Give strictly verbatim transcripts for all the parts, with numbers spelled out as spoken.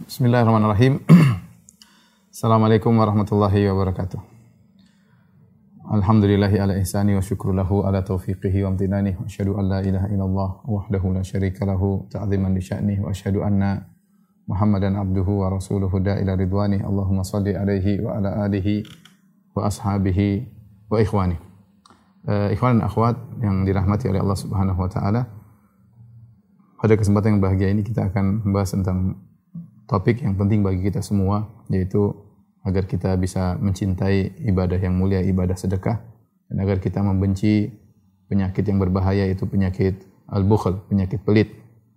Bismillahirrahmanirrahim. Assalamualaikum warahmatullahi wabarakatuh. Alhamdulillahi ala ihsani wa syukru lahu ala taufiqihi wa amtinani wa asyhadu an la ilaha illallah wahdahu la syarika lahu ta'ziman li sya'nihi wa asyhadu anna Muhammadan abduhu wa rasuluhu da'ila ridwani. Allahumma salli alaihi wa ala alihi wa ashabihi wa ikhwani. Uh, ikhwan dan akhwat yang dirahmati oleh Allah Subhanahu wa taala. Pada kesempatan yang bahagia ini kita akan membahas tentang topik yang penting bagi kita semua, yaitu agar kita bisa mencintai ibadah yang mulia, ibadah sedekah, dan agar kita membenci penyakit yang berbahaya, yaitu penyakit al-bukhl, penyakit pelit.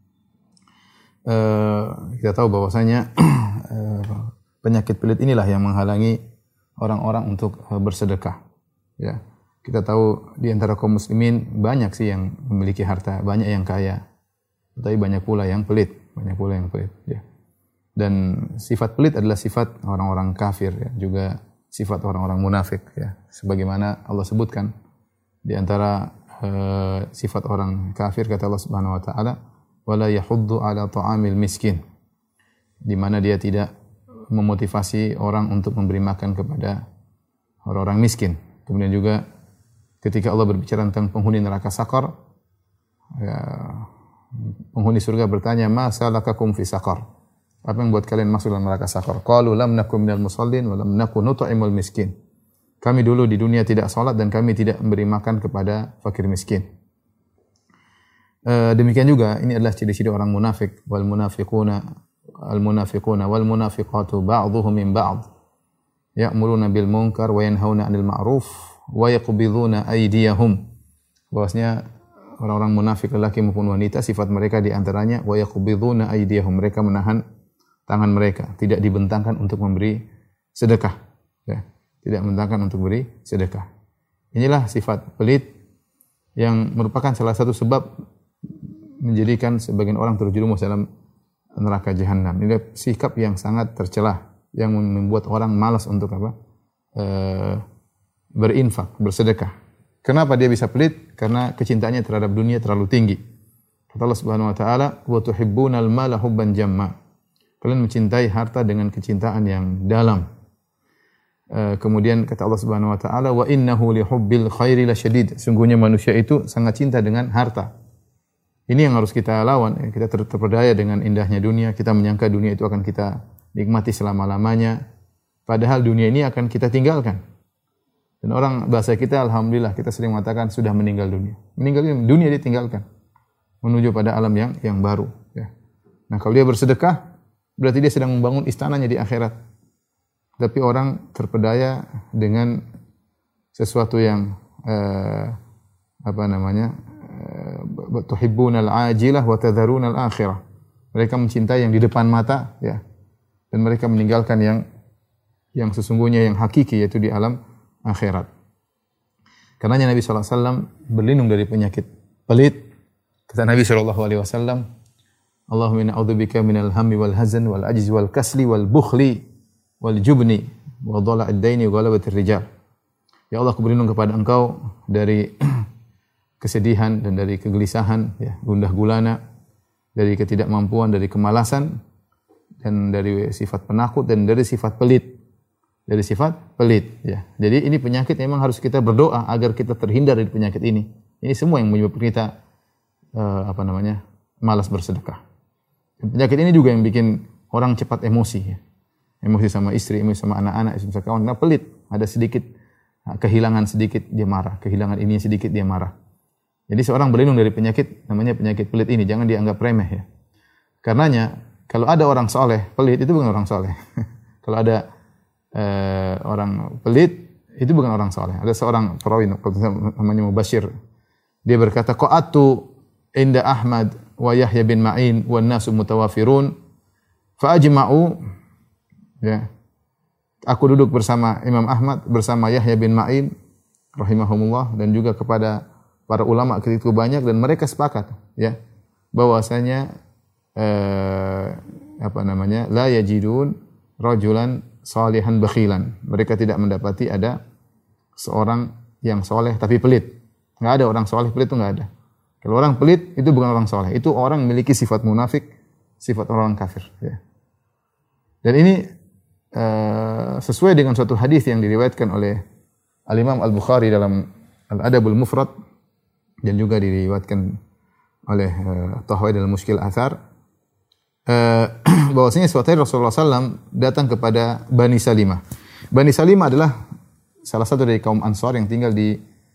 Uh, kita tahu bahwasanya uh, penyakit pelit inilah yang menghalangi orang-orang untuk uh, bersedekah. Ya, kita tahu di antara kaum muslimin banyak sih yang memiliki harta, banyak yang kaya, tapi banyak pula yang pelit, banyak pula yang pelit. Ya. Dan sifat pelit adalah sifat orang-orang kafir, ya, juga sifat orang-orang munafik, ya. Sebagaimana Allah sebutkan di antara uh, sifat orang kafir, kata Allah Subhanahu wa taala, wala yahuddu ala ta'amil miskin, di mana dia tidak memotivasi orang untuk memberi makan kepada orang-orang miskin. Kemudian juga ketika Allah berbicara tentang penghuni neraka sakar, ya, penghuni surga bertanya, ma salakakum fi sakar? Apa yang buat kalian masuk dalam neraka sakar? Qalu lam nakum minal musallin wa lam nakun nut'imul miskin. Kami dulu di dunia tidak salat dan kami tidak memberi makan kepada fakir miskin. Uh, demikian juga ini adalah ciri-ciri orang munafik. Wal munafiquna al munafiquna wal munafiqatu ba'dhuhum min ba'd ya'muruna bil munkar wa yanhauna 'anil ma'ruf wa yaqbiduna aydiyahum. Bahwasanya orang-orang munafik lelaki maupun wanita, sifat mereka di antaranya wa yaqbiduna aydiyahum, mereka menahan tangan mereka, tidak dibentangkan untuk memberi sedekah, ya, tidak membentangkan untuk beri sedekah. Inilah sifat pelit yang merupakan salah satu sebab menjadikan sebagian orang terjerumus dalam neraka jahanam. Ini sikap yang sangat tercelah yang membuat orang malas untuk apa? E, berinfak, bersedekah. Kenapa dia bisa pelit? Karena kecintaannya terhadap dunia terlalu tinggi. Kata Allah Subhanahu wa taala, "Wa tuhibbunal mala hubban jamma." Kalian mencintai harta dengan kecintaan yang dalam. Uh, kemudian kata Allah Subhanahu wa taala, "Wa innahu li hubbil khairi lasyadid." Sungguhnya manusia itu sangat cinta dengan harta. Ini yang harus kita lawan. Kita ter- terpedaya dengan indahnya dunia, kita menyangka dunia itu akan kita nikmati selama-lamanya, padahal dunia ini akan kita tinggalkan. Dan orang bahasa kita, alhamdulillah, kita sering mengatakan sudah meninggal dunia. Meninggal dunia ditinggalkan, menuju pada alam yang yang baru. Ya. Nah, kalau dia bersedekah, berarti dia sedang membangun istananya di akhirat. Tapi orang terpedaya dengan sesuatu yang eh, apa namanya, eh, tuhibbunal ajilah wa tadharunal akhirah. Mereka mencintai yang di depan mata, ya, dan mereka meninggalkan yang yang sesungguhnya, yang hakiki, yaitu di alam akhirat. Karenanya Nabi sallallahu alaihi wasallam berlindung dari penyakit pelit. Kata Nabi sallallahu alaihi wasallam, Allahumma inna a'udzubika minal hammi wal hazan wal ajzi wal kasli wal bukhli wal jubni wa dhala'id daini wa ghalabatir rijal. Ya Allah, aku berlindung kepada Engkau dari kesedihan dan dari kegelisahan, ya, gundah gulana, dari ketidakmampuan, dari kemalasan, dan dari sifat penakut, dan dari sifat pelit. Dari sifat pelit, ya. Jadi ini penyakit memang harus kita berdoa agar kita terhindar dari penyakit ini. Ini semua yang menyebabkan kita uh, apa namanya? malas bersedekah. Penyakit ini juga yang bikin orang cepat emosi, ya. Emosi sama istri, emosi sama anak-anak, emosi sama kawan. Karena pelit, ada sedikit kehilangan sedikit dia marah, kehilangan ini sedikit dia marah. Jadi seorang berlindung dari penyakit namanya penyakit pelit ini, jangan dianggap remeh, ya. Karenanya kalau ada orang soleh pelit, itu bukan orang soleh. Kalau ada uh, orang pelit, itu bukan orang soleh. Ada seorang perawi namanya Mubashir, dia berkata, qa'atu inda Ahmad wa Yahya bin Ma'in wa nasu mutawafirun fa ajma'u, ya, aku duduk bersama Imam Ahmad, bersama Yahya bin Ma'in rahimahumullah, dan juga kepada para ulama ketika itu banyak, dan mereka sepakat, ya, bahwasanya eh, apa namanya, la yajidun rajulan salihan bakhilan. Mereka tidak mendapati ada seorang yang soleh tapi pelit. Enggak ada orang soleh pelit, itu enggak ada. Kalau orang pelit itu bukan orang soleh, itu orang memiliki sifat munafik, sifat orang kafir. Ya. Dan ini uh, sesuai dengan suatu hadis yang diriwayatkan oleh Al-Imam Al-Bukhari dalam Al-Adabul Mufrad dan juga diriwayatkan oleh uh, Tahawi dalam Mushkil Athar, uh, bahwasanya suatu hari Rasulullah sallallahu alaihi wasallam datang kepada Bani Salimah. Bani Salimah adalah salah satu dari kaum Ansar yang tinggal di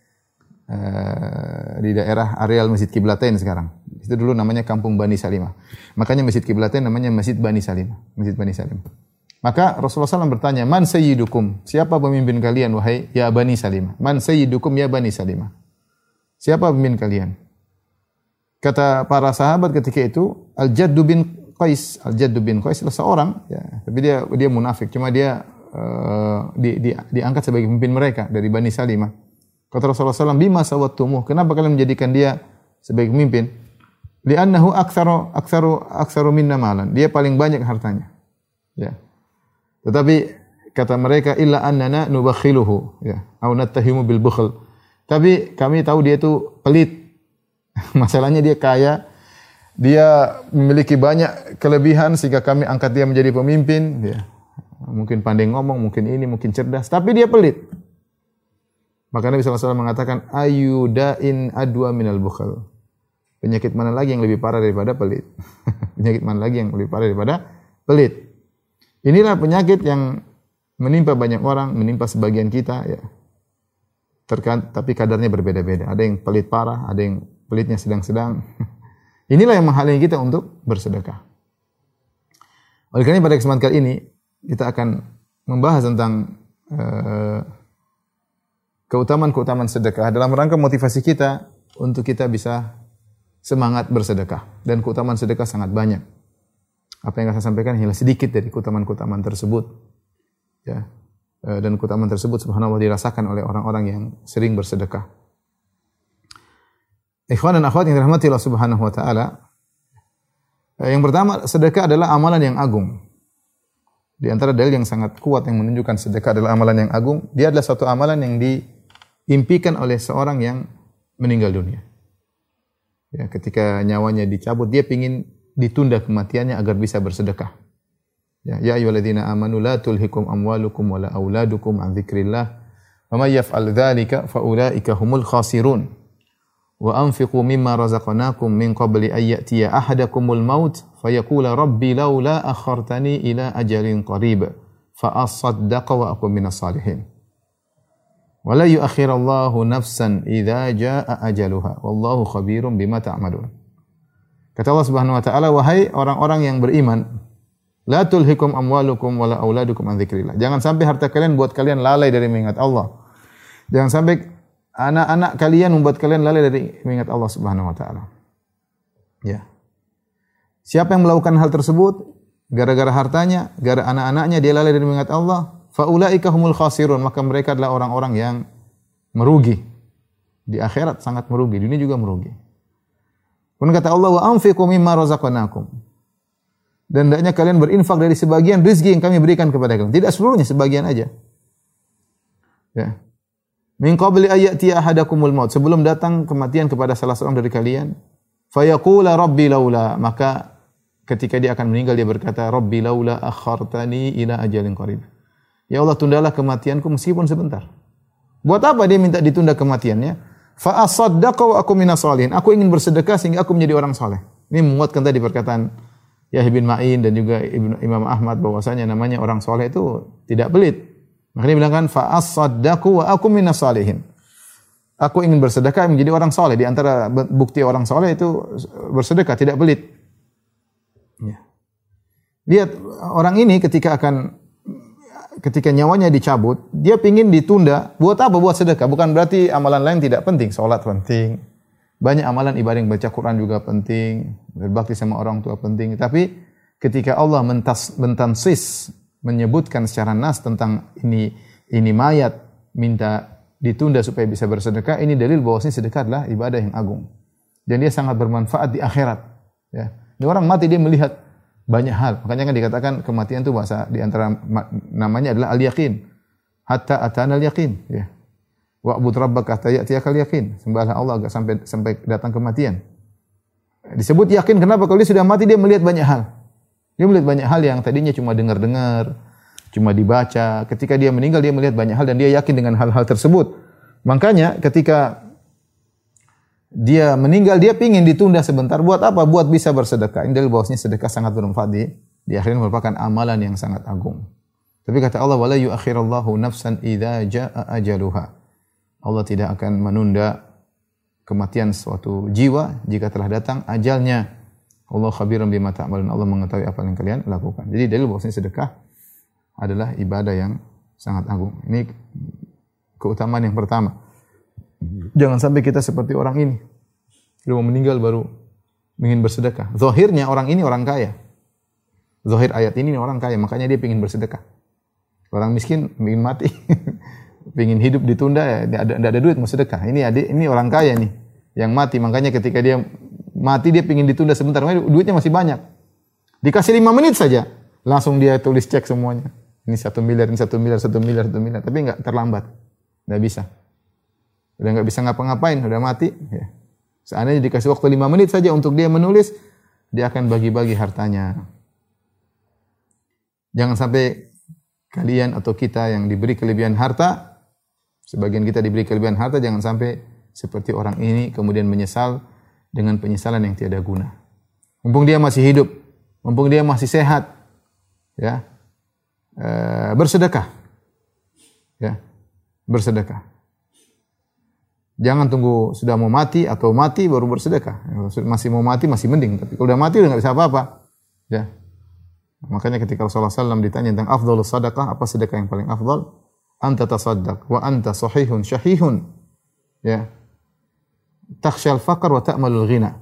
uh, di daerah areal Masjid Qiblatain sekarang. Itu dulu namanya Kampung Bani Salimah. Makanya Masjid Qiblatain namanya Masjid Bani Salimah, Masjid Bani Salimah. Maka Rasulullah sallallahu alaihi wasallam bertanya, "Man sayyidukum?" Siapa pemimpin kalian wahai ya Bani Salimah? "Man sayyidukum ya Bani Salimah?" Siapa pemimpin kalian? Kata para sahabat ketika itu, Al-Jaddu bin Qais. Al-Jaddu bin Qais adalah seorang, ya, tapi dia dia munafik. Cuma dia uh, di, di, diangkat sebagai pemimpin mereka dari Bani Salimah. Kata Rasulullah sallallahu alaihi wasallam, "Bima sawwattumuh?" Kenapa kalian menjadikan dia sebagai pemimpin? Li'annahu aktsaru aktsaru aktsaru minna malan. Dia paling banyak hartanya. Ya. Tetapi kata mereka illa annana nubakhiluhu, ya, au nattahimu bil bukhl. Tapi kami tahu dia itu pelit. Masalahnya dia kaya, dia memiliki banyak kelebihan sehingga kami angkat dia menjadi pemimpin, ya. Mungkin pandai ngomong, mungkin ini, mungkin cerdas, tapi dia pelit. Maka Nabi sallallahu alaihi wasallam mengatakan ayyudain adwa minal bukhl. Penyakit mana lagi yang lebih parah daripada pelit? Penyakit mana lagi yang lebih parah daripada pelit? Inilah penyakit yang menimpa banyak orang, menimpa sebagian kita, ya. Terkait, tapi kadarnya berbeda-beda. Ada yang pelit parah, ada yang pelitnya sedang-sedang. Inilah yang menghalangi kita untuk bersedekah. Oleh karena pada kesempatan kali ini kita akan membahas tentang uh, keutamaan-keutamaan sedekah dalam rangka motivasi kita untuk kita bisa semangat bersedekah. Dan keutamaan sedekah sangat banyak. Apa yang saya sampaikan hanyalah sedikit dari keutamaan-keutamaan tersebut. Ya. Dan keutamaan tersebut subhanallah dirasakan oleh orang-orang yang sering bersedekah. Ikhwan dan akhwat yang dirahmati Allah Subhanahu wa taala. Yang pertama, sedekah adalah amalan yang agung. Di antara dalil yang sangat kuat yang menunjukkan sedekah adalah amalan yang agung, dia adalah suatu amalan yang diimpikan oleh seorang yang meninggal dunia. Ya, ketika nyawanya dicabut, dia ingin ditunda kematiannya agar bisa bersedekah. Ya, ya ayyuhalladzina amanu la tulhikum amwalukum wala auladukum an dzikrillah wa may yaf'al dzalika fa ulaika humul khasirun wa anfiqu mimma razaqnakum min qabli ay ya'tiya ahadakumul maut fayaqula rabbi laula akhartani ila ajalin qarib fa asaddaqa wa akun minas salihin wa la yu'akhirallahu nafsan idza jaa ajaluha wallahu khabirum bima ta'malun. Kata Allah Subhanahu wa taala, wahai orang-orang yang beriman, la tulhikum amwalukum wala auladukum an dzikrillah. Jangan sampai harta kalian buat kalian lalai dari mengingat Allah. Jangan sampai anak-anak kalian membuat kalian lalai dari mengingat Allah Subhanahu wa taala. Ya. Siapa yang melakukan hal tersebut gara-gara hartanya, gara anak-anaknya dia lalai dari mengingat Allah, fa ulaika humul khasirun, maka mereka adalah orang-orang yang merugi. Di akhirat sangat merugi, di dunia juga merugi. Kemudian kata Allah, wa anfiqu mimma razaqnakum. Dan hendaknya kalian berinfak dari sebagian rezeki yang kami berikan kepada kalian. Tidak seluruhnya, sebagian aja. Ya. Min qabli ayatiya ahadakumul maut. Sebelum datang kematian kepada salah seorang dari kalian. Fayaqula rabbi laula. Maka ketika dia akan meninggal dia berkata, rabbi laula akhartani ila ajalin qarib. Ya Allah, tundalah kematianku meskipun sebentar. Buat apa dia minta ditunda kematiannya? Fa asaddaqa wa aku minas salihin. Aku ingin bersedekah sehingga aku menjadi orang saleh. Ini menguatkan tadi perkataan Yahya bin Ma'in dan juga Ibnu Imam Ahmad bahwasanya namanya orang soleh itu tidak pelit. Makanya dia bilang kan fa as-saddaqu wa akum minas salihin. Aku ingin bersedekah menjadi orang soleh. Di antara bukti orang soleh itu bersedekah, tidak pelit. Ya. Lihat orang ini ketika akan ketika nyawanya dicabut, dia ingin ditunda. Buat apa? Buat sedekah. Bukan berarti amalan lain tidak penting. Salat penting. Banyak amalan ibadah yang baca Quran juga penting, berbakti sama orang tua penting. Tapi ketika Allah mentas, mentansis, menyebutkan secara nas tentang ini ini mayat minta ditunda supaya bisa bersedekah, ini dalil bahwasanya sedekah adalah ibadah yang agung. Dan dia sangat bermanfaat di akhirat. Ya. Ini orang mati dia melihat banyak hal. Makanya kan dikatakan kematian itu bahasa di antara namanya adalah al-yaqin. Hatta atana al-yaqin. Ya. Wa'bud rabbaka hatta ya'tiyakal yaqin. Sembahlah Allah agar sampai sampai datang kematian. Disebut yakin kenapa? Kalau dia sudah mati dia melihat banyak hal. Dia melihat banyak hal yang tadinya cuma dengar-dengar, cuma dibaca. Ketika dia meninggal, dia melihat banyak hal dan dia yakin dengan hal-hal tersebut. Makanya ketika dia meninggal, dia pingin ditunda sebentar. Buat apa? Buat bisa bersedekah. Ini dalil bahwasanya sedekah sangat bermanfaat di, di akhirat, merupakan amalan yang sangat agung. Tapi kata Allah, wala yuakhirallahu nafsan idza jaa ajaluha. Allah tidak akan menunda kematian suatu jiwa jika telah datang ajalnya. Allah khabirun bima ta'malun. Allah mengetahui apa yang kalian lakukan. Jadi dalil bahwasanya sedekah adalah ibadah yang sangat agung. Ini keutamaan yang pertama. Jangan sampai kita seperti orang ini. Sudah mau meninggal baru ingin bersedekah. Zahirnya orang ini orang kaya. Zahir ayat ini orang kaya, makanya dia ingin bersedekah. Orang miskin ingin mati. Ingin hidup ditunda, ya, tidak ada, ada duit mau sedekah. Ini adik, ini orang kaya nih yang mati. Makanya ketika dia mati dia ingin ditunda sebentar. Duitnya masih banyak. Dikasih lima menit saja, langsung dia tulis cek semuanya. Ini satu miliar, ini satu miliar, satu miliar, satu miliar. Tapi enggak terlambat, enggak bisa. Udah enggak bisa ngapa-ngapain, udah mati. Ya. Seandainya dikasih waktu lima menit saja untuk dia menulis, dia akan bagi-bagi hartanya. Jangan sampai kalian atau kita yang diberi kelebihan harta, sebagian kita diberi kelebihan harta, jangan sampai seperti orang ini kemudian menyesal dengan penyesalan yang tiada guna. Mumpung dia masih hidup, mumpung dia masih sehat, ya, e, bersedekah, ya, bersedekah. Jangan tunggu sudah mau mati atau mati baru bersedekah. Masih mau mati masih mending, tapi kalau udah mati udah nggak bisa apa-apa, ya. Makanya ketika Rasulullah sallallahu alaihi wasallam ditanya tentang afdhalus sadaqah, apa sedekah yang paling afdal? Anta tasaddaq wa anta sahihun syahihun. Ya. Takhshal faqr wa ta'malul ghina.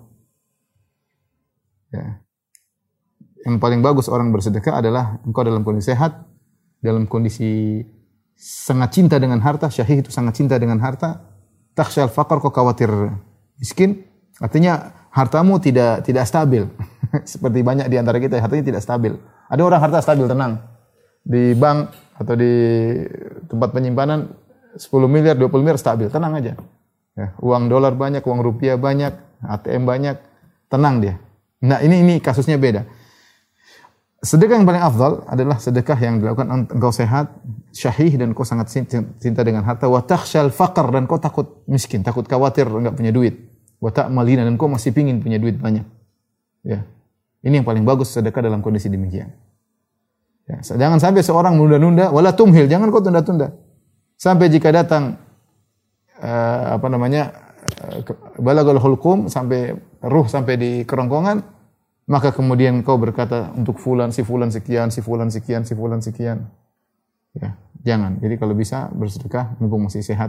Ya. Yang paling bagus orang bersedekah adalah engkau dalam kondisi sehat, dalam kondisi sangat cinta dengan harta, syahih itu sangat cinta dengan harta. Takhshal faqr, kau khawatir miskin, artinya hartamu tidak tidak stabil. Seperti banyak di antara kita hartanya tidak stabil. Ada orang harta stabil, tenang. Di bank atau di tempat penyimpanan sepuluh miliar, dua puluh miliar stabil, tenang aja. Ya, uang dolar banyak, uang rupiah banyak, A T M banyak, tenang dia. Nah, ini ini kasusnya beda. Sedekah yang paling afdal adalah sedekah yang dilakukan engkau sehat, syahih dan kau sangat cinta dengan harta, wa takhshal faqr, dan kau takut miskin, takut khawatir enggak punya duit. Wa ta'malina, dan kau masih pingin punya duit banyak. Ya. Ini yang paling bagus sedekah dalam kondisi demikian. Ya, jangan sampai seorang menunda-nunda, wala tumhil, jangan kau tunda-tunda. Sampai jika datang uh, apa namanya uh, balagul hulqum, sampai ruh sampai di kerongkongan, maka kemudian kau berkata untuk fulan si fulan sekian, si fulan sekian, si fulan sekian. Ya, jangan. Jadi kalau bisa bersedekah mumpung masih sehat.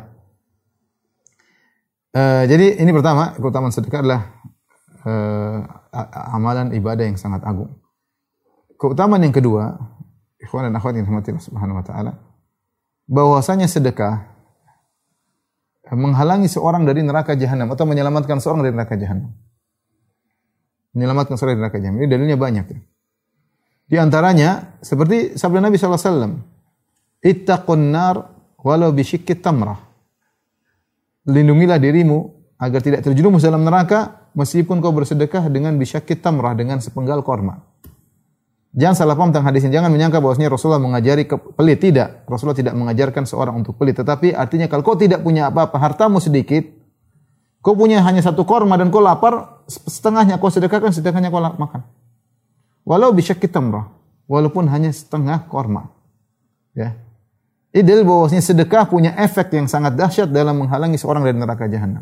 Uh, jadi ini pertama, keutamaan sedekah adalah uh, amalan ibadah yang sangat agung. Keutamaan yang kedua, ikhwan dan akhwat yang dirahmati Allah Subhanahu wa taala, bahwasanya sedekah menghalangi seorang dari neraka jahanam atau menyelamatkan seorang dari neraka jahanam. Menyelamatkan seorang dari neraka jahanam. Ini dalilnya banyak. Di antaranya seperti sabda Nabi sallallahu alaihi wasallam, "Ittaqun nar walau bisyikki tamrah." Lindungilah dirimu agar tidak terjerumus dalam neraka meskipun kau bersedekah dengan bisyakit tamrah, dengan sepenggal korma. Jangan salah paham tentang hadisnya. Jangan menyangka bahwasanya Rasulullah mengajari pelit. Tidak. Rasulullah tidak mengajarkan seorang untuk pelit. Tetapi artinya kalau kau tidak punya apa-apa, hartamu sedikit, kau punya hanya satu korma dan kau lapar, setengahnya kau sedekahkan, sedekahnya kau makan. Walau bisyakit tamrah. Walaupun hanya setengah korma. Ya. Idil bahwasanya sedekah punya efek yang sangat dahsyat dalam menghalangi seorang dari neraka jahanam.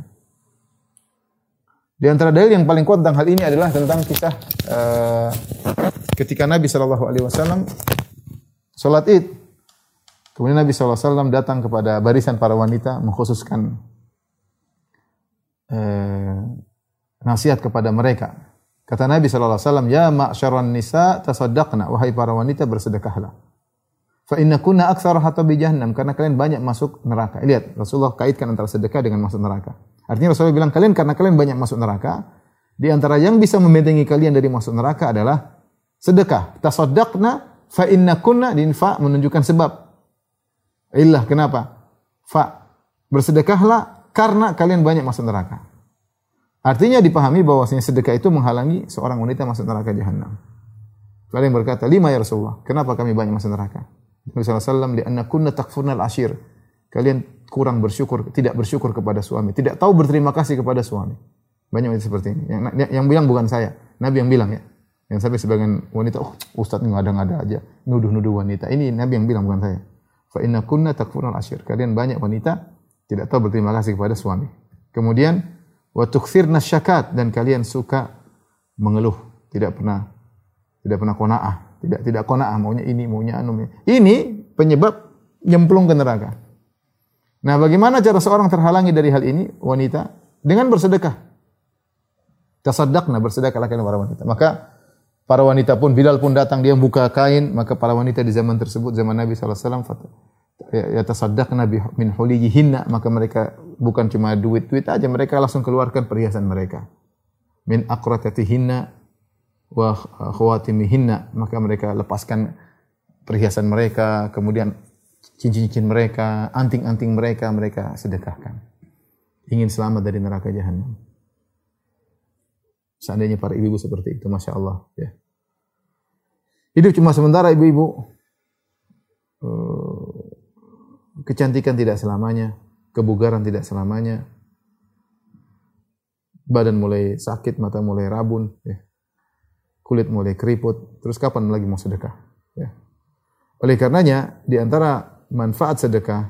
Di antara dalil yang paling kuat tentang hal ini adalah tentang kisah uh, ketika Nabi shallallahu alaihi wasallam salat Id. Kemudian Nabi shallallahu alaihi wasallam datang kepada barisan para wanita mengkhususkan uh, nasihat kepada mereka. Kata Nabi shallallahu alaihi wasallam, "Ya ma'syaran nisa tasaddaqna, wahai para wanita bersedekahlah. Fa inna kunna aktsara hatabi jahannam, karena kalian banyak masuk neraka." Lihat, Rasulullah kaitkan antara sedekah dengan masuk neraka. Artinya Rasulullah bilang, kalian karena kalian banyak masuk neraka, di antara yang bisa membentengi kalian dari masuk neraka adalah sedekah. Tasaddaqna fa inna kunna, din fa menunjukkan sebab. Illah, kenapa? Fa, bersedekahlah karena kalian banyak masuk neraka. Artinya dipahami bahwasanya sedekah itu menghalangi seorang wanita masuk neraka jahanam. Ada yang berkata, lima ya Rasulullah, kenapa kami banyak masuk neraka? Nabi sallallahu alaihi wasallam, li'anna kunna takfurnal ashir. Kalian kurang bersyukur, tidak bersyukur kepada suami, tidak tahu berterima kasih kepada suami. Banyak wanita seperti ini. Yang, yang bilang bukan saya, Nabi yang bilang ya. Yang sampai sebagian wanita, oh Ustaz ngada-ngada aja, nuduh-nuduh wanita. Ini Nabi yang bilang bukan saya. Fa inna kunna takfurnal ashir. Kalian banyak wanita tidak tahu berterima kasih kepada suami. Kemudian wa tukthirna syakat, dan kalian suka mengeluh, tidak pernah tidak pernah qanaah, tidak tidak qanaah, maunya ini, maunya anu. Ini penyebab nyemplung ke neraka. Nah, bagaimana cara seorang terhalangi dari hal ini? Wanita dengan bersedekah. Tasaddaqna, bersedekahlah kalian para wanita. Maka para wanita pun, Bilal pun datang, dia buka kain, maka para wanita di zaman tersebut, zaman Nabi sallallahu alaihi wasallam, ya tasaddaqna min huliyihinna, maka mereka bukan cuma duit-duit aja, mereka langsung keluarkan perhiasan mereka. Min aqratatihinna wa khawatimihinna, maka mereka lepaskan perhiasan mereka, kemudian cincin-cincin mereka, anting-anting mereka, mereka sedekahkan. Ingin selamat dari neraka jahanam. Seandainya para ibu-ibu seperti itu, Masya Allah. Ya. Hidup cuma sementara ibu-ibu. Kecantikan tidak selamanya, kebugaran tidak selamanya. Badan mulai sakit, mata mulai rabun, ya. Kulit mulai keriput, terus kapan lagi mau sedekah? Ya. Oleh karenanya, di antara manfaat sedekah,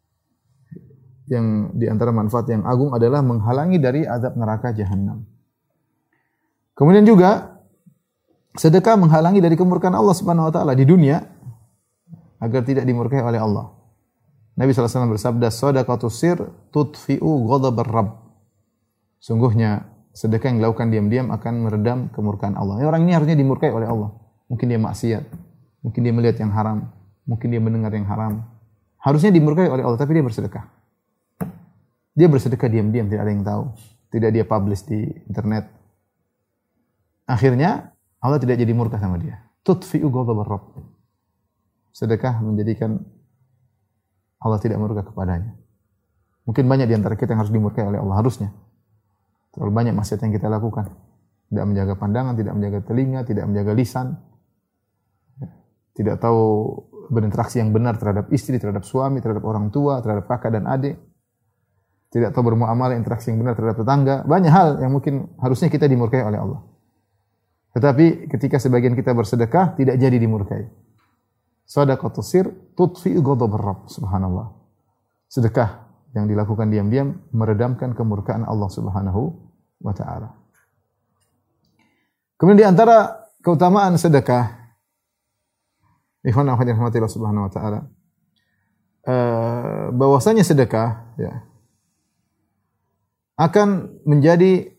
yang di antara manfaat yang agung adalah menghalangi dari azab neraka jahanam. Kemudian juga sedekah menghalangi dari kemurkaan Allah Subhanahu wa taala di dunia agar tidak dimurkai oleh Allah. Nabi sallallahu alaihi wasallam bersabda, "Shadaqatus sir tudfi'u ghadabar rabb." Sungguhnya sedekah yang dilakukan diam-diam akan meredam kemurkaan Allah. Orang ini harusnya dimurkai oleh Allah. Mungkin dia maksiat, mungkin dia melihat yang haram, mungkin dia mendengar yang haram. Harusnya dimurkai oleh Allah, tapi dia bersedekah. Dia bersedekah diam-diam, tidak ada yang tahu. Tidak dia publish di internet. Akhirnya Allah tidak jadi murka sama dia. Tudfi'u ghadabar rabb. Sedekah menjadikan Allah tidak murka kepadanya. Mungkin banyak di antara kita yang harus dimurkai oleh Allah, harusnya. Terlalu banyak maksiat yang kita lakukan. Tidak menjaga pandangan, tidak menjaga telinga, tidak menjaga lisan. Tidak tahu berinteraksi yang benar terhadap istri, terhadap suami, terhadap orang tua, terhadap kakak dan adik. Tidak tahu bermuamalah, interaksi yang benar terhadap tetangga. Banyak hal yang mungkin harusnya kita dimurkai oleh Allah. Tetapi ketika sebagian kita bersedekah, tidak jadi dimurkai. Shadaqatus sir tudfi'u ghadabar rabb. Subhanallah. Sedekah yang dilakukan diam-diam meredamkan kemurkaan Allah Subhanahu wa taala. Kemudian di antara keutamaan sedekah, ikhwan akhwat yang dirahmati Allah Subhanahu wa taala, uh, bahwasanya sedekah ya akan menjadi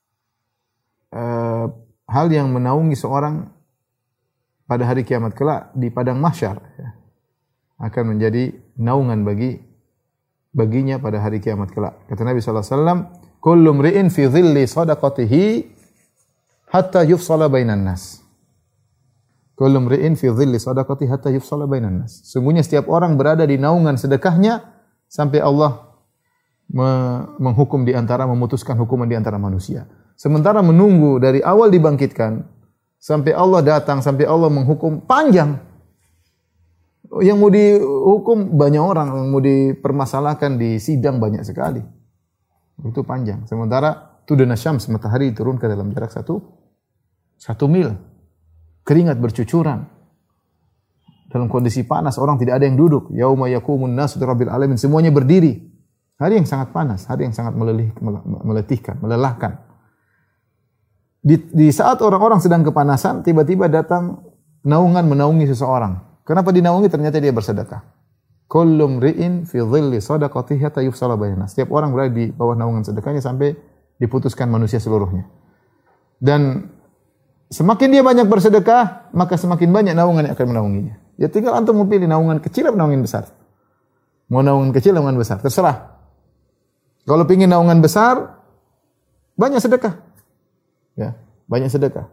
uh, hal yang menaungi seorang pada hari kiamat kelak di padang mahsyar, ya. Akan menjadi naungan bagi baginya pada hari kiamat kelak. Kata Nabi sallallahu alaihi wasallam, "Kullu mri'in fi dhilli shadaqatihi hatta yufsala bainan nas." Kullu mri'in fi dhilli shadaqatihi hatta yufsala bainan nas. Sungguhnya setiap orang berada di naungan sedekahnya sampai Allah menghukum di antara, memutuskan hukuman di antara manusia. Sementara menunggu dari awal dibangkitkan sampai Allah datang, sampai Allah menghukum panjang. Yang mau dihukum banyak orang, yang mau dipermasalahkan di sidang banyak sekali. Itu panjang. Sementara tuduna syams, matahari turun ke dalam jarak satu satu mil. Keringat bercucuran. Dalam kondisi panas, orang tidak ada yang duduk. Yauma yaqumun nasu lirabbil alamin. Semuanya berdiri. Hari yang sangat panas, hari yang sangat melelih, meletihkan, melelahkan. Di, di saat orang-orang sedang kepanasan, tiba-tiba datang naungan menaungi seseorang. Kenapa dinaungi? Ternyata dia bersedekah. Kullu mri'in fi dhilli shadaqatihi hatta yufsala bainan nas. Setiap orang berada di bawah naungan sedekahnya sampai diputuskan manusia seluruhnya. Dan semakin dia banyak bersedekah, maka semakin banyak naungan yang akan menaunginya. Ya tinggal antum mau pilih naungan kecil atau naungan besar. Mau naungan kecil atau naungan besar, terserah. Kalau pingin naungan besar, banyak sedekah. Ya, banyak sedekah.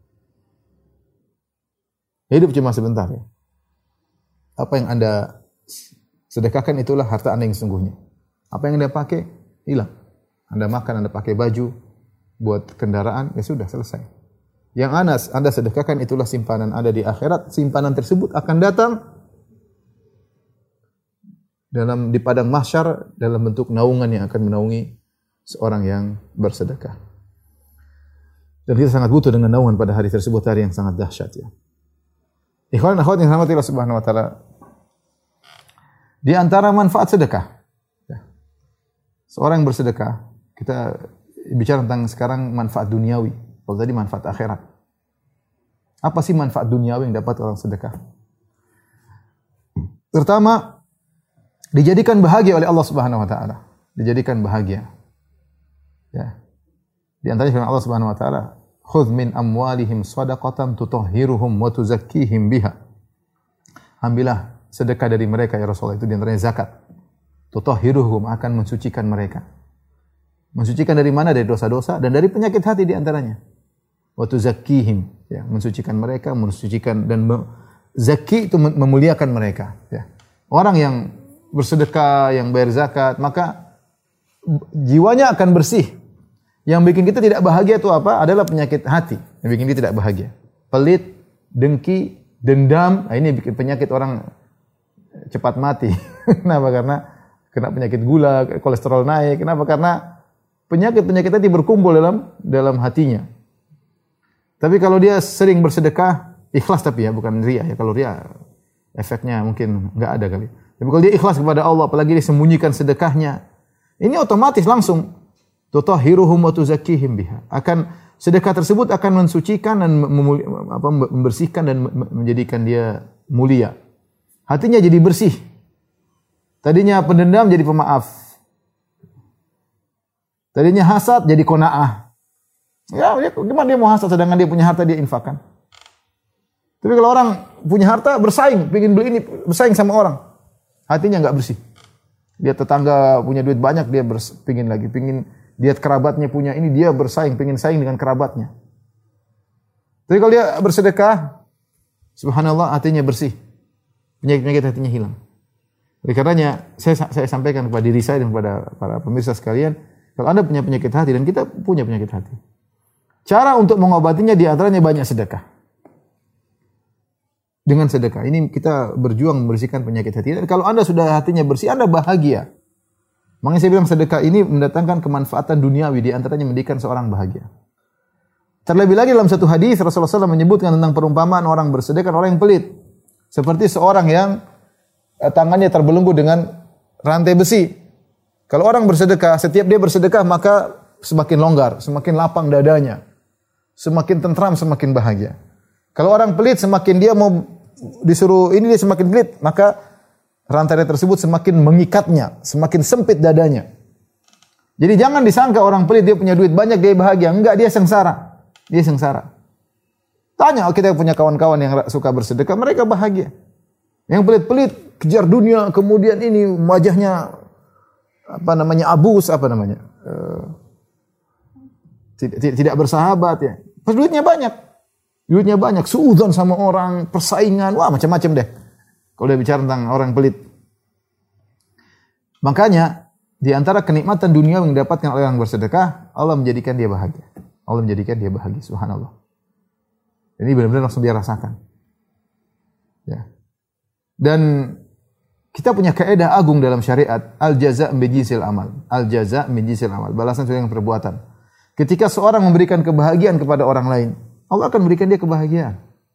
Hidup cuma sebentar ya. Apa yang Anda sedekahkan itulah harta Anda yang sesungguhnya. Apa yang Anda pakai, hilang. Anda makan, Anda pakai baju, buat kendaraan, ya sudah selesai. yang Anda, anda sedekahkan itulah simpanan Anda di akhirat. Simpanan tersebut akan datang dalam di padang mahsyar dalam bentuk naungan yang akan menaungi seorang yang bersedekah. Dan kita sangat butuh dengan naungan pada hari tersebut, hari yang sangat dahsyat ya. Ikhwan dan akhwat yang dirahmati Allah Subhanahu wa taala. Di antara manfaat sedekah, ya. Seorang yang bersedekah, kita bicara tentang sekarang manfaat duniawi. Kalau tadi manfaat akhirat. Apa sih manfaat duniawi yang dapat orang sedekah? Pertama, dijadikan bahagia oleh Allah Subhanahu wa taala. Dijadikan bahagia. Ya. Di antaranya firman Allah Subhanahu wa taala, "Khudz min amwalihim shadaqatan tutahhiruhum wa tuzakkihim biha." Ambillah sedekah dari mereka ya Rasulullah, itu di antaranya zakat. Tutahhiruhum, akan mensucikan mereka. Mensucikan dari mana? Dari dosa-dosa dan dari penyakit hati di antaranya. Wa tuzakkihim, ya, mensucikan mereka, mensucikan dan zaki itu memuliakan mereka, ya. Orang yang bersedekah, yang bayar zakat, maka jiwanya akan bersih. Yang bikin kita tidak bahagia itu apa? Adalah penyakit hati. Yang bikin kita tidak bahagia. Pelit, dengki, dendam. Nah, ini bikin penyakit orang cepat mati. Kenapa? Karena kena penyakit gula, kolesterol naik. Kenapa? Karena penyakit-penyakit tadi berkumpul dalam dalam hatinya. Tapi kalau dia sering bersedekah, ikhlas tapi ya, bukan riya ya. Kalau riya efeknya mungkin enggak ada kali. Tapi kalau dia ikhlas kepada Allah, apalagi dia sembunyikan sedekahnya, ini otomatis langsung tutahhiruhum wa tuzakkihim biha. Akan sedekah tersebut akan mensucikan dan memuli, apa, membersihkan dan menjadikan dia mulia. Hatinya jadi bersih. Tadinya pendendam jadi pemaaf. Tadinya hasad jadi qanaah. Ya, dia, gimana dia mau hasad sedangkan dia punya harta dia infakkan. Tapi kalau orang punya harta bersaing, pengen beli ini, bersaing sama orang, hatinya enggak bersih. Dia tetangga punya duit banyak, dia pengin lagi, pengin lihat kerabatnya punya ini, dia bersaing, pengen saing dengan kerabatnya. Tapi kalau dia bersedekah, subhanallah, hatinya bersih. Penyakit-penyakit hatinya hilang. Oleh karenanya, saya, saya sampaikan kepada diri saya dan kepada para pemirsa sekalian, kalau Anda punya penyakit hati dan kita punya penyakit hati, cara untuk mengobatinya di antaranya banyak sedekah. Dengan sedekah ini kita berjuang membersihkan penyakit hati. Dan kalau Anda sudah hatinya bersih, Anda bahagia. Makanya saya bilang sedekah ini mendatangkan kemanfaatan duniawi, di antaranya menjadikan seorang bahagia. Terlebih lagi dalam satu hadis Rasulullah shallallahu alaihi wasallam menyebutkan tentang perumpamaan orang bersedekah, orang yang pelit. Seperti seorang yang eh, tangannya terbelenggu dengan rantai besi. Kalau orang bersedekah, setiap dia bersedekah maka semakin longgar, semakin lapang dadanya. Semakin tentram, semakin bahagia. Kalau orang pelit, semakin dia mau disuruh ini dia semakin pelit, maka rantai tersebut semakin mengikatnya, semakin sempit dadanya. Jadi jangan disangka orang pelit dia punya duit banyak dia bahagia, enggak, dia sengsara. Dia sengsara. Tanya kita punya kawan-kawan yang suka bersedekah, mereka bahagia. Yang pelit-pelit kejar dunia, kemudian ini wajahnya apa namanya abus, apa namanya? Uh, tidak, tidak bersahabat ya. Pas duitnya banyak. Duitnya banyak, suudzon sama orang, persaingan, wah macam-macam deh. Kalau dia bicara tentang orang pelit. Makanya, di antara kenikmatan dunia yang didapatkan oleh orang bersedekah, Allah menjadikan dia bahagia. Allah menjadikan dia bahagia, subhanallah. Ini benar-benar langsung dia rasakan. Ya. Dan kita punya kaidah agung dalam syariat, al-jaza' min jinsil amal. Al-jaza' min jinsil amal, balasan sesuai dengan perbuatan. Ketika seorang memberikan kebahagiaan kepada orang lain, Allah akan berikan dia kebahagiaan.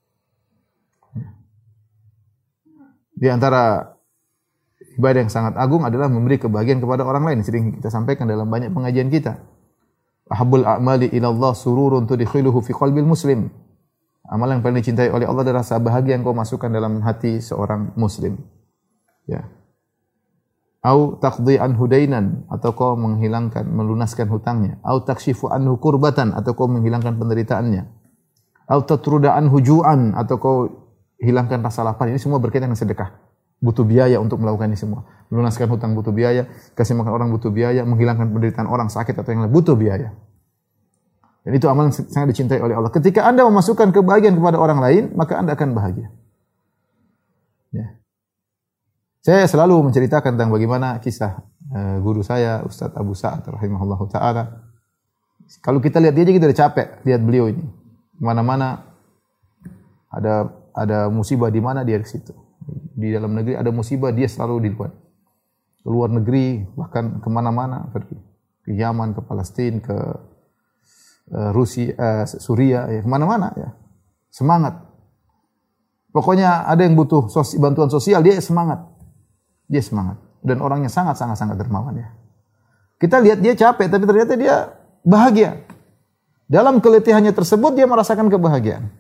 Di antara ibadah yang sangat agung adalah memberi kebahagiaan kepada orang lain. Sering kita sampaikan dalam banyak pengajian kita. Ahabbul a'mali ila Allah sururun tudkhiluhu fi qalbil muslim. Amal yang paling dicintai oleh Allah adalah rasa bahagia yang kau masukkan dalam hati seorang muslim. Ya. Au taqdi anhu dainan, atau kau menghilangkan, melunaskan hutangnya. Au takshifu anhu kurbatan, atau kau menghilangkan penderitaannya. Au tatruda anhu ju'an, atau kau hilangkan rasa lapar. Ini semua berkaitan dengan sedekah. Butuh biaya untuk melakukan ini semua. Melunaskan hutang butuh biaya, kasih makan orang butuh biaya, menghilangkan penderitaan orang sakit atau yang lain butuh biaya. Dan itu amalan yang sangat dicintai oleh Allah. Ketika Anda memasukkan kebahagiaan kepada orang lain, maka Anda akan bahagia. Ya. Saya selalu menceritakan tentang bagaimana kisah uh, guru saya, Ustaz Abu Sa'ad rahimahullahu taala. Kalau kita lihat dia aja kita udah capek lihat beliau ini. Kemana-mana ada ada musibah di mana dia di situ. Di dalam negeri ada musibah dia selalu di luar. Ke luar negeri bahkan kemana-mana pergi. Ke Yaman, ke Palestina, ke uh, Rusia, uh, Suria, ya kemana-mana ya. Semangat. Pokoknya ada yang butuh sos- bantuan sosial dia semangat. Dia semangat. Dan orangnya sangat-sangat-sangat dermawan ya. Kita lihat dia capek tapi ternyata dia bahagia. Dalam keletihannya tersebut dia merasakan kebahagiaan.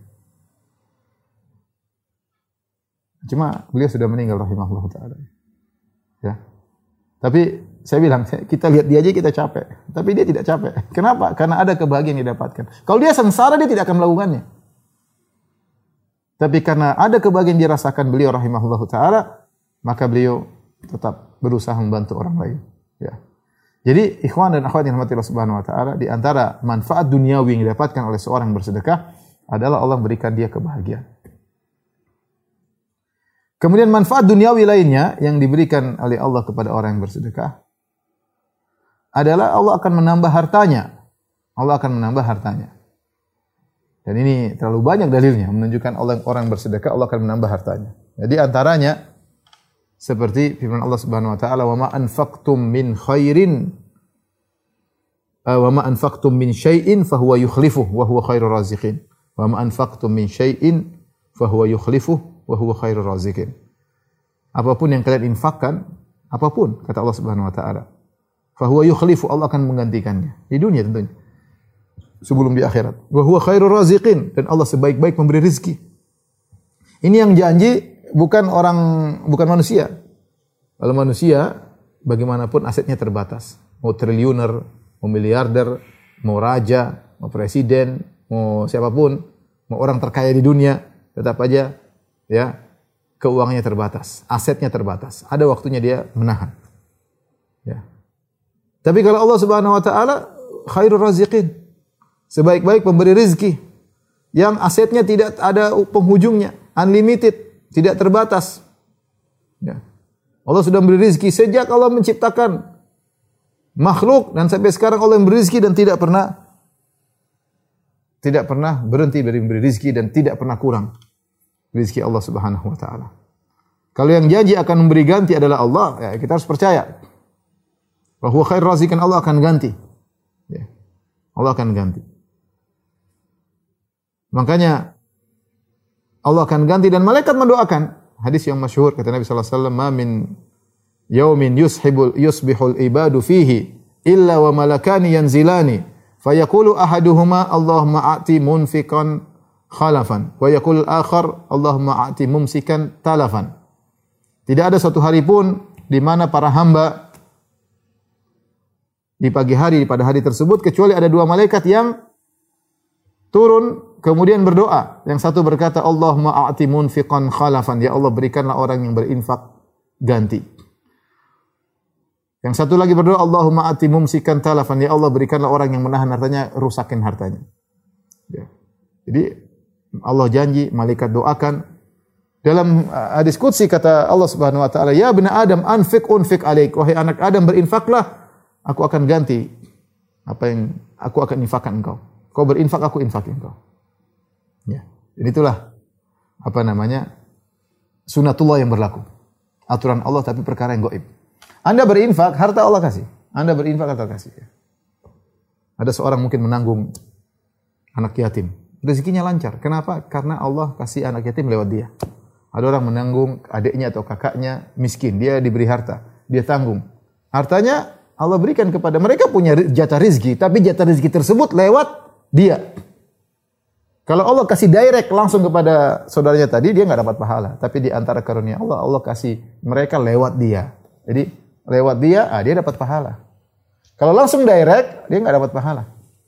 Cuma beliau sudah meninggal rahimahullah ta'ala. Ya. Tapi saya bilang, kita lihat dia aja kita capek. Tapi dia tidak capek. Kenapa? Karena ada kebahagiaan yang didapatkan. Kalau dia sengsara, dia tidak akan melakukannya. Tapi karena ada kebahagiaan yang dirasakan beliau rahimahullah ta'ala, maka beliau tetap berusaha membantu orang lain. Ya. Jadi, ikhwan dan akhwat yang dirahmati Allah Subhanahu wa ta'ala, di antara manfaat duniawi yang didapatkan oleh seorang yang bersedekah adalah Allah memberikan dia kebahagiaan. Kemudian manfaat duniawi lainnya yang diberikan oleh Allah kepada orang yang bersedekah adalah Allah akan menambah hartanya. Allah akan menambah hartanya. Dan ini terlalu banyak dalilnya menunjukkan orang orang bersedekah Allah akan menambah hartanya. Jadi antaranya seperti firman Allah Subhanahu wa taala, "Wa ma anfaqtum min khairin wa ma anfaqtum min syai'in fa huwa yukhlifuh wa huwa khairur raziqin." Wa ma anfaqtum min syai'in fa huwa yukhlifuh wa huwa khairur raziqin. Apapun yang kalian infakkan, apapun kata Allah Subhanahu wa taala, fa huwa yukhlifu, Allah akan menggantikannya di dunia tentunya. Sebelum di akhirat. Wa huwa khairur raziqin, dan Allah sebaik-baik memberi rezeki. Ini yang janji bukan orang bukan manusia. Kalau manusia bagaimanapun asetnya terbatas. Mau triliuner, mau miliarder, mau raja, mau presiden, mau siapapun, mau orang terkaya di dunia, tetap aja ya, keuangannya terbatas, asetnya terbatas. Ada waktunya dia menahan. Ya. Tapi kalau Allah Subhanahu wa taala khairur raziqin, sebaik-baik pemberi rezeki yang asetnya tidak ada penghujungnya, unlimited, tidak terbatas. Ya. Allah sudah memberi rezeki sejak Allah menciptakan makhluk dan sampai sekarang Allah memberi rezeki dan tidak pernah tidak pernah berhenti dari memberi rezeki dan tidak pernah kurang rezeki Allah Subhanahu wa taala. Kalau yang janji akan memberi ganti adalah Allah, ya kita harus percaya bahwa khair raziqan, Allah akan ganti. Ya. Allah akan ganti. Makanya Allah akan ganti dan malaikat mendoakan. Hadis yang masyhur kata Nabi sallallahu alaihi wasallam, "Ma min yaumin yushibul yusbihul ibadu fihi illa wa malakani yanzilani fayaqulu ahaduhuma Allahumma a'ti munfiqan khalafan wa yaqul akhar Allahumma a'ti mumsikan talafan." Tidak ada satu hari pun di mana para hamba di pagi hari pada hari tersebut kecuali ada dua malaikat yang turun kemudian berdoa. Yang satu berkata, Allahumma a'ti munfiqan khalafan, ya Allah berikanlah orang yang berinfak ganti. Yang satu lagi berdoa, Allahumma a'ti mumsikan talafan, ya Allah berikanlah orang yang menahan hartanya, rusakin hartanya. Ya. Jadi Allah janji, malaikat doakan. Dalam hadis qudsi kata Allah Subhanahu wa taala, "Ya bani Adam, anfiq unfiq alaik." Wahai anak Adam, berinfaklah, aku akan ganti apa yang aku akan infakkan engkau. Kau berinfak, aku infak engkau. Ya. Dan itulah apa namanya? Sunatullah yang berlaku. Aturan Allah tapi perkara yang gaib. Anda berinfak, harta Allah kasih. Anda berinfak, harta Allah kasih. Ada seorang mungkin menanggung anak yatim. Rezekinya lancar. Kenapa? Karena Allah kasih anak yatim lewat dia. Ada orang menanggung adiknya atau kakaknya miskin, dia diberi harta, dia tanggung. Hartanya Allah berikan kepada mereka, punya jatah rezeki, tapi jatah rezeki tersebut lewat dia. Kalau Allah kasih direct langsung kepada saudaranya tadi, dia enggak dapat pahala. Tapi di antara karunia Allah, Allah kasih mereka lewat dia. Jadi lewat dia, ah, dia dapat pahala. Kalau langsung direct, dia enggak dapat pahala.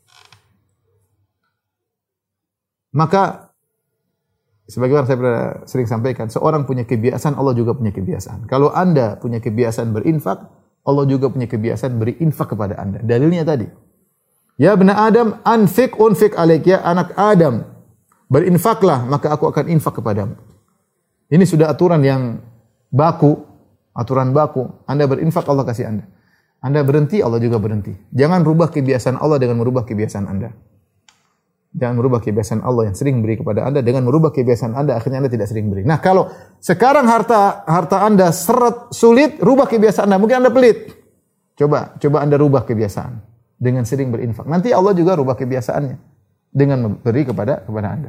Maka sebagaimana saya pernah sering sampaikan, seorang punya kebiasaan, Allah juga punya kebiasaan. Kalau Anda punya kebiasaan berinfak, Allah juga punya kebiasaan beri infak kepada Anda. Dalilnya tadi, ya bani Adam, anfiq unfiq alaik, ya anak Adam, berinfaklah, maka aku akan infak kepadamu. Ini sudah aturan yang baku, aturan baku. Anda berinfak, Allah kasih Anda. Anda berhenti, Allah juga berhenti. Jangan rubah kebiasaan Allah dengan merubah kebiasaan Anda. Jangan merubah kebiasaan Allah yang sering beri kepada Anda dengan merubah kebiasaan Anda, akhirnya Anda tidak sering beri. Nah, kalau sekarang harta harta Anda seret sulit, rubah kebiasaan Anda. Mungkin Anda pelit. Coba, coba Anda rubah kebiasaan dengan sering berinfak. Nanti Allah juga rubah kebiasaannya dengan memberi kepada kepada Anda.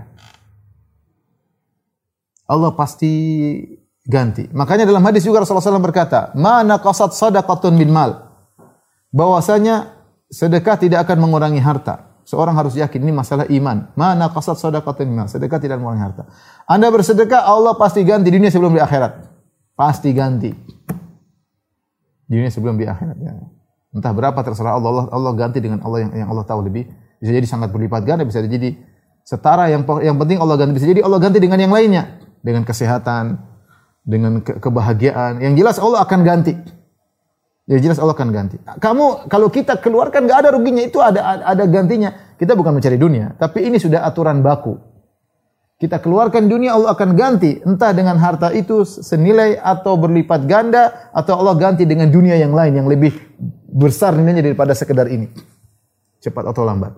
Allah pasti ganti. Makanya dalam hadis juga Rasulullah shallallahu alaihi wasallam berkata, "Ma naqasat shadaqatun min mal." Bahwasanya sedekah tidak akan mengurangi harta. Seorang harus yakin ini masalah iman. Mana qasad shadaqatin mal. Sedekah tidak mengurangi harta. Anda bersedekah, Allah pasti ganti di dunia sebelum di akhirat. Pasti ganti. Di dunia sebelum di akhirat. Ya. Entah berapa terserah Allah. Allah. Allah ganti dengan Allah yang, yang Allah tahu lebih. Bisa jadi sangat berlipat ganda, bisa jadi setara. Yang yang penting Allah ganti. Bisa jadi Allah ganti dengan yang lainnya, dengan kesehatan, dengan ke kebahagiaan. Yang jelas Allah akan ganti. Ya jelas Allah akan ganti. Kamu kalau kita keluarkan nggak ada ruginya, itu ada ada gantinya. Kita bukan mencari dunia, tapi ini sudah aturan baku. Kita keluarkan dunia, Allah akan ganti, entah dengan harta itu senilai atau berlipat ganda, atau Allah ganti dengan dunia yang lain yang lebih besar nilainya daripada sekedar ini. Cepat atau lambat.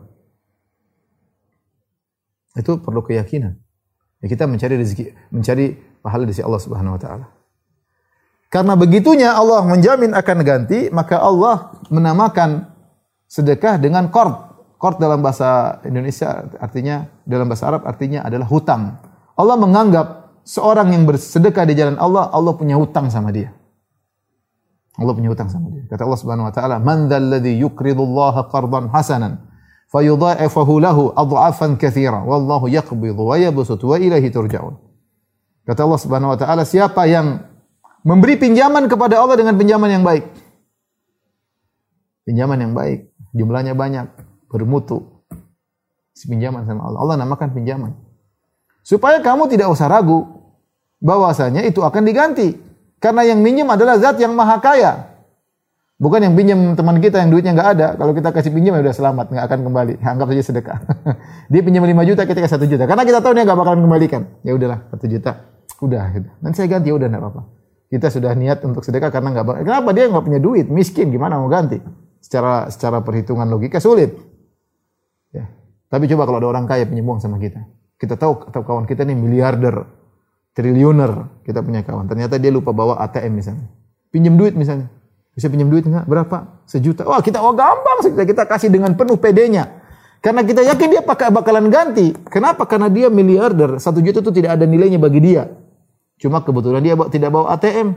Itu perlu keyakinan. Ya, kita mencari rezeki, mencari pahala di sisi Allah Subhanahu wa taala. Karena begitunya Allah menjamin akan ganti, maka Allah menamakan sedekah dengan qard. Qard dalam bahasa Indonesia artinya, dalam bahasa Arab artinya adalah hutang. Allah menganggap seorang yang bersedekah di jalan Allah, Allah punya hutang sama dia. Allah punya hutang sama dia. Kata Allah Subhanahu wa taala, "Man dzal ladzi yuqridullaha qardan hasanan fayudha'ifahu lahu adha'afan katsira wallahu yaqbidu wa yabsutu wa ilaihi turja'un." Kata Allah Subhanahu wa taala, siapa yang memberi pinjaman kepada Allah dengan pinjaman yang baik. Pinjaman yang baik, jumlahnya banyak, bermutu. Pinjaman sama Allah. Allah namakan pinjaman. Supaya kamu tidak usah ragu bahwasanya itu akan diganti. Karena yang minjem adalah zat yang maha kaya. Bukan yang pinjam teman kita yang duitnya enggak ada. Kalau kita kasih pinjam ya udah selamat, enggak akan kembali. Anggap saja sedekah. Dia pinjam lima juta, kita kasih satu juta. Karena kita tahu dia enggak bakalan kembalikan. Ya udahlah, satu juta. Udah, gitu. Nanti saya ganti, ya udah enggak apa-apa. Kita sudah niat untuk sedekah karena enggak bakal. Kenapa? Dia enggak punya duit, miskin, gimana mau ganti? Secara secara perhitungan logika sulit. Ya. Tapi coba kalau ada orang kaya pinjam uang sama kita. Kita tahu, tahu kawan kita nih miliarder, triliuner, kita punya kawan. Ternyata dia lupa bawa A T M misalnya. Pinjam duit misalnya. Bisa pinjam duit enggak? Berapa? Sejuta. Wah, kita oh gampang kita, kita kasih dengan penuh pedenya. Karena kita yakin dia pakai bakalan ganti. Kenapa? Karena dia miliarder. Satu juta itu tidak ada nilainya bagi dia. Cuma kebetulan dia tidak bawa A T M.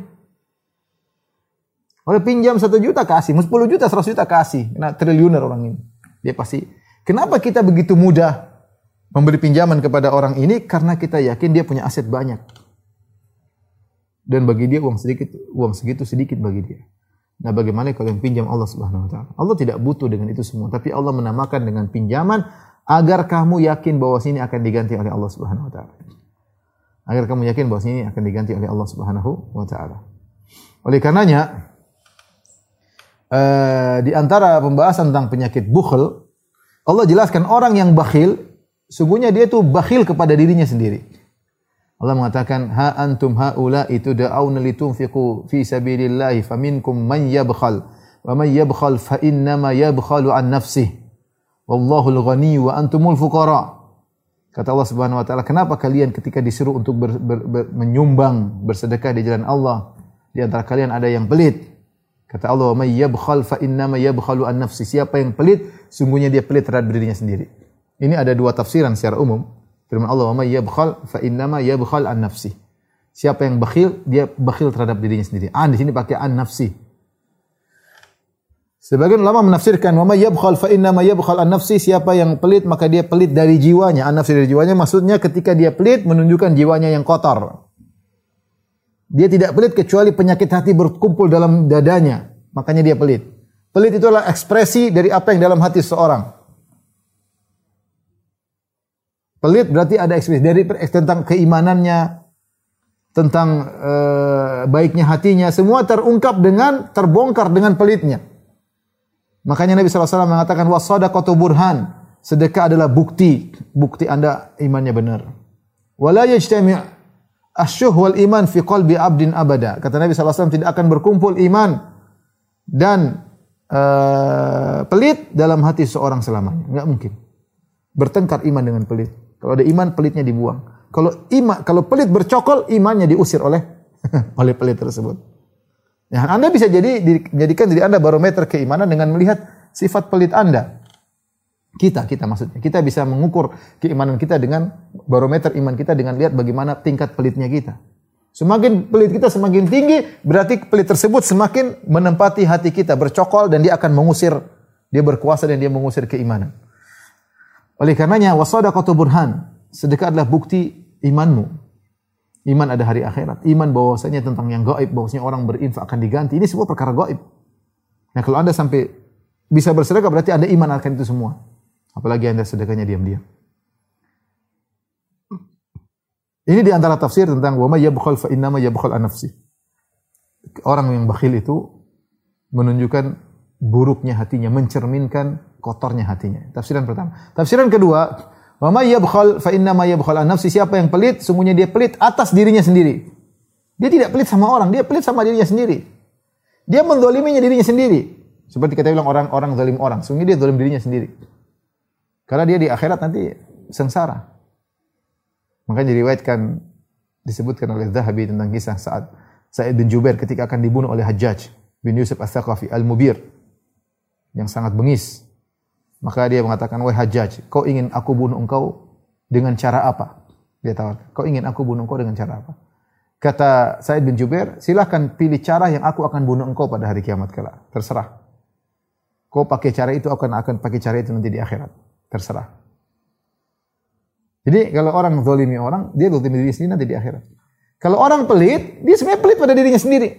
Oleh pinjam satu juta kasih, sepuluh juta, seratus juta kasih. Nah, triliuner orang ini. Dia pasti. Kenapa kita begitu mudah memberi pinjaman kepada orang ini? Karena kita yakin dia punya aset banyak. Dan bagi dia uang sedikit, uang segitu sedikit bagi dia. Nah, bagaimana kalau yang pinjam Allah Subhanahu wa taala? Allah tidak butuh dengan itu semua, tapi Allah menamakan dengan pinjaman agar kamu yakin bahwa sini akan diganti oleh Allah Subhanahu wa taala. Agar kamu yakin bahwa ini akan diganti oleh Allah Subhanahu wa taala. Oleh karenanya uh, di antara pembahasan tentang penyakit bukhl, Allah jelaskan orang yang bakhil, sungguhnya dia itu bakhil kepada dirinya sendiri. Allah mengatakan, "Ha antum haula'i tud'auna litunfiqu fi sabilillah faminkum man yabkhal wa man yabkhal fa innama yabkhalu an nafsihi wallahul ghani wa antumul fuqara." Kata Allah Subhanahu wa taala, kenapa kalian ketika disuruh untuk ber, ber, ber, menyumbang, bersedekah di jalan Allah, di antara kalian ada yang pelit? Kata Allah, "Wa may yabkhal fa innama yabkhalu an nafsi." Siapa yang pelit, sungguhnya dia pelit terhadap dirinya sendiri. Ini ada dua tafsiran secara umum. Firman Allah, "Wa may yabkhal fa innama yabkhal an nafsi." Siapa yang bakhil, dia bakhil terhadap dirinya sendiri. An di sini pakai an nafsi. Sebagian ulama menafsirkan wa may yabkhal fa inna ma yabkhal an nafsi, siapa yang pelit maka dia pelit dari jiwanya. An nafsi dari jiwanya maksudnya ketika dia pelit menunjukkan jiwanya yang kotor. Dia tidak pelit kecuali penyakit hati berkumpul dalam dadanya, makanya dia pelit. Pelit itu adalah ekspresi dari apa yang dalam hati seseorang. Pelit berarti ada ekspresi dari tentang keimanannya, tentang uh, baiknya hatinya, semua terungkap dengan terbongkar dengan pelitnya. Makanya Nabi shallallahu alaihi wasallam mengatakan was-shadaqatu burhan, sedekah adalah bukti, bukti Anda imannya benar. Wala yajtami' asyuh wal iman fi qalbi 'abdin abada. Kata Nabi shallallahu alaihi wasallam tidak akan berkumpul iman dan uh, pelit dalam hati seorang selamanya. Enggak mungkin. Bertengkar iman dengan pelit. Kalau ada iman, pelitnya dibuang. Kalau iman, kalau pelit bercokol, imannya diusir oleh oleh pelit tersebut. Ya, Anda bisa jadi menjadikan diri Anda barometer keimanan dengan melihat sifat pelit Anda. Kita, kita maksudnya. Kita bisa mengukur keimanan kita dengan barometer iman kita dengan lihat bagaimana tingkat pelitnya kita. Semakin pelit kita semakin tinggi, berarti pelit tersebut semakin menempati hati kita, bercokol dan dia akan mengusir, dia berkuasa dan dia mengusir keimanan. Oleh karenanya, wasadaqatu burhan, sedekah adalah bukti imanmu. Iman ada hari akhirat, iman bahwasanya tentang yang gaib, bahwasanya orang berinfak akan diganti. Ini semua perkara gaib. Nah, kalau Anda sampai bisa bersedekah berarti Anda iman akan itu semua. Apalagi Anda sedekahnya diam-diam. Ini di antara tafsir tentang wa may yabkhal fa innama yabkhal an nafsi. Orang yang bakhil itu menunjukkan buruknya hatinya, mencerminkan kotornya hatinya. Tafsiran pertama. Tafsiran kedua, wa may yabkhal fa innama yabkhal an nafsi. Siapa yang pelit, sungguhnya dia pelit atas dirinya sendiri. Dia tidak pelit sama orang, dia pelit sama dirinya sendiri. Dia menzaliminya dirinya sendiri. Seperti kita bilang orang-orang zalim orang, sungguhnya dia zalim dirinya sendiri. Karena dia di akhirat nanti sengsara. Makanya diriwayatkan, disebutkan oleh Zahabi tentang kisah saat Sa'id bin Jubair ketika akan dibunuh oleh Hajjaj bin Yusuf Ats-Tsaqafi Al-Mubir yang sangat bengis. Maka dia mengatakan, wahai Hajjaj, kau ingin aku bunuh engkau dengan cara apa? Dia tawarkan, kau ingin aku bunuh engkau dengan cara apa? Kata Sa'id bin Jubair, silahkan pilih cara yang aku akan bunuh engkau pada hari kiamat kelak. Terserah. Kau pakai cara itu, akan akan pakai cara itu nanti di akhirat. Terserah. Jadi kalau orang zalimi orang, dia zalimi diri sendiri nanti di akhirat. Kalau orang pelit, dia sebenarnya pelit pada dirinya sendiri.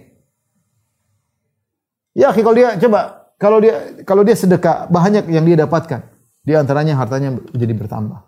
Ya, kalau dia coba, kalau dia kalau dia sedekah, banyak yang dia dapatkan. Di antaranya hartanya jadi bertambah.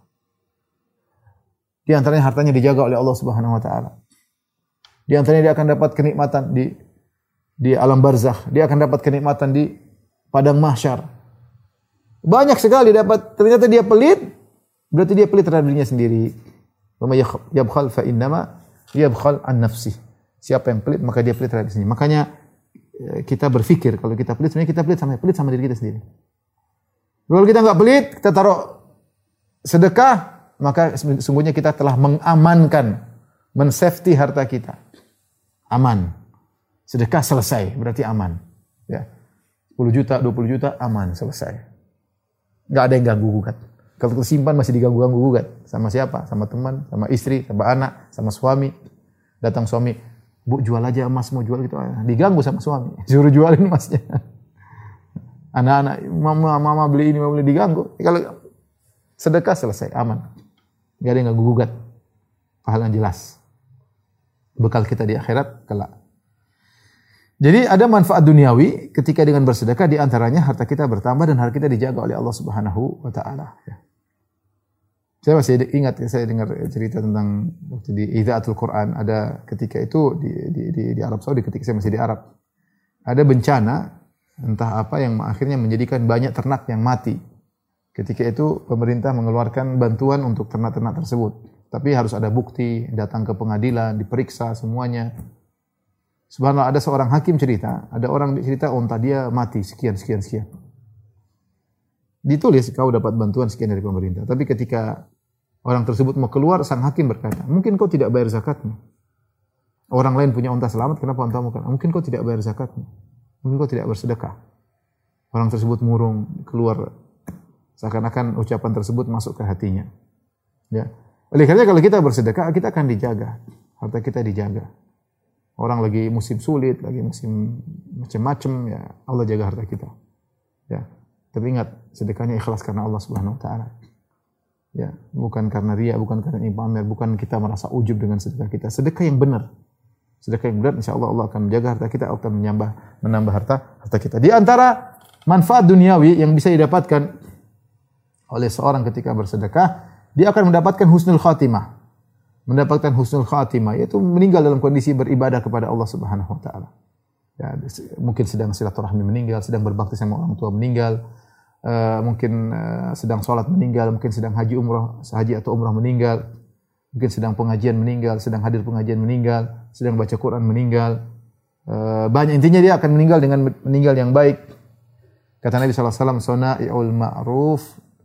Di antaranya hartanya dijaga oleh Allah Subhanahu wa taala. Di antaranya dia akan dapat kenikmatan di di alam barzakh, dia akan dapat kenikmatan di padang mahsyar. Banyak sekali dapat, ternyata dia pelit, berarti dia pelit terhadap dirinya sendiri. Wa may yabkhal fa innama yabkhal an nafsi. Siapa yang pelit maka dia pelit terhadap dirinya. Makanya kita berpikir kalau kita pelit sebenarnya kita pelit sama pelit sama diri kita sendiri. Kalau kita enggak pelit, kita taruh sedekah, maka sesungguhnya kita telah mengamankan, men-safety harta kita. Aman. Sedekah selesai, berarti aman. Ya. sepuluh juta, dua puluh juta, aman, selesai. Enggak ada yang ganggu gugat. Kalau tersimpan masih diganggu-ganggu gugat. Sama siapa? Sama teman, sama istri, sama anak, sama suami. Datang suami, bu jual aja emas, mau jual gitu. Diganggu sama suami. Suruh jualin emasnya. Anak-anak, mama, mama beli ini, mama beli, diganggu. Kalau sedekah selesai, aman. Enggak ada yang ganggu gugat. Pahala yang jelas. Bekal kita di akhirat kelak. Jadi ada manfaat duniawi ketika dengan bersedekah, di antaranya harta kita bertambah dan harta kita dijaga oleh Allah Subhanahu wa taala. Ya. Saya masih ingat, saya dengar cerita tentang waktu di Idzaatul Quran, ada ketika itu di, di, di, di Arab Saudi, ketika saya masih di Arab. Ada bencana, entah apa yang akhirnya menjadikan banyak ternak yang mati. Ketika itu pemerintah mengeluarkan bantuan untuk ternak-ternak tersebut. Tapi harus ada bukti, datang ke pengadilan, diperiksa semuanya. Subhanallah, ada seorang hakim cerita, ada orang cerita unta dia mati sekian sekian sekian. Ditulis kau dapat bantuan sekian dari pemerintah. Tapi ketika orang tersebut mau keluar, sang hakim berkata, mungkin kau tidak bayar zakatnya. Orang lain punya unta selamat, kenapa untamu kan? Mungkin kau tidak bayar zakatnya. Mungkin kau tidak bersedekah. Orang tersebut murung keluar, seakan-akan ucapan tersebut masuk ke hatinya. Ya. Oleh karena kalau kita bersedekah, kita akan dijaga. Harta kita dijaga. Orang lagi musim sulit, lagi musim macam-macam, ya Allah jaga harta kita. Ya. Tapi ingat, sedekahnya ikhlas karena Allah Subhanahu wa taala. Ya, bukan karena riya, bukan karena ingin pamer, bukan kita merasa ujub dengan sedekah kita. Sedekah yang benar. Sedekah yang benar, insyaallah Allah akan menjaga harta kita, akan menambah menambah harta harta kita. Di antara manfaat duniawi yang bisa didapatkan oleh seorang ketika bersedekah, dia akan mendapatkan husnul khatimah. Mendapatkan husnul khatimah, yaitu meninggal dalam kondisi beribadah kepada Allah Subhanahu wa taala. Ya, mungkin sedang silaturahmi meninggal, sedang berbakti sama orang tua meninggal, uh, mungkin uh, sedang sholat meninggal, mungkin sedang haji umrah, haji atau umrah meninggal, mungkin sedang pengajian meninggal, sedang hadir pengajian meninggal, sedang baca Quran meninggal. Uh, banyak intinya dia akan meninggal dengan meninggal yang baik. Kata Nabi sallallahu alaihi wasallam, "Sana'iul ma'ruf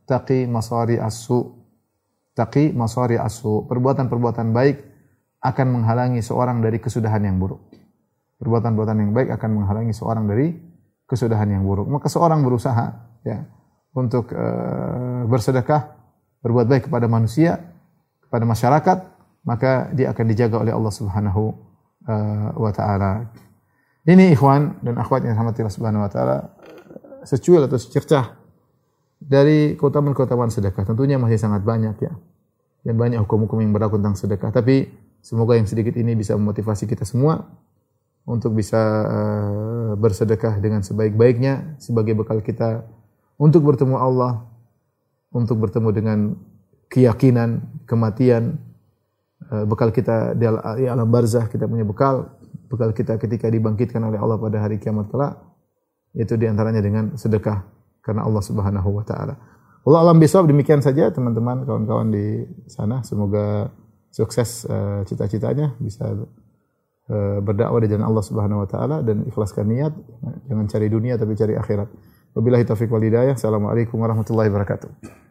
taqi masari as-su. Taqi masari as-su. Perbuatan-perbuatan baik akan menghalangi seorang dari kesudahan yang buruk. Perbuatan-perbuatan yang baik akan menghalangi seorang dari kesudahan yang buruk. Maka seorang berusaha ya untuk uh, bersedekah, berbuat baik kepada manusia, kepada masyarakat, maka dia akan dijaga oleh Allah Subhanahu uh, wa taala. Ini ikhwan dan akhwat yang rahmati Allah Subhanahu wa taala, secuil atau secercah dari keutamaan-keutamaan sedekah. Tentunya masih sangat banyak ya. Dan banyak hukum-hukum yang berlaku tentang sedekah, tapi semoga yang sedikit ini bisa memotivasi kita semua untuk bisa uh, bersedekah dengan sebaik-baiknya sebagai bekal kita untuk bertemu Allah, untuk bertemu dengan keyakinan kematian, uh, bekal kita di, al- di alam barzah, kita punya bekal, bekal kita ketika dibangkitkan oleh Allah pada hari kiamat kelak, yaitu diantaranya dengan sedekah karena Allah Subhanahu wa taala. Allah alam bisawab, demikian saja teman-teman, kawan-kawan di sana, semoga sukses uh, cita-citanya, bisa berdakwah di jalan Allah Subhanahu wa taala dan ikhlaskan niat, jangan cari dunia tapi cari akhirat. Wabillahi taufiq wal hidayah. Assalamualaikum warahmatullahi wabarakatuh.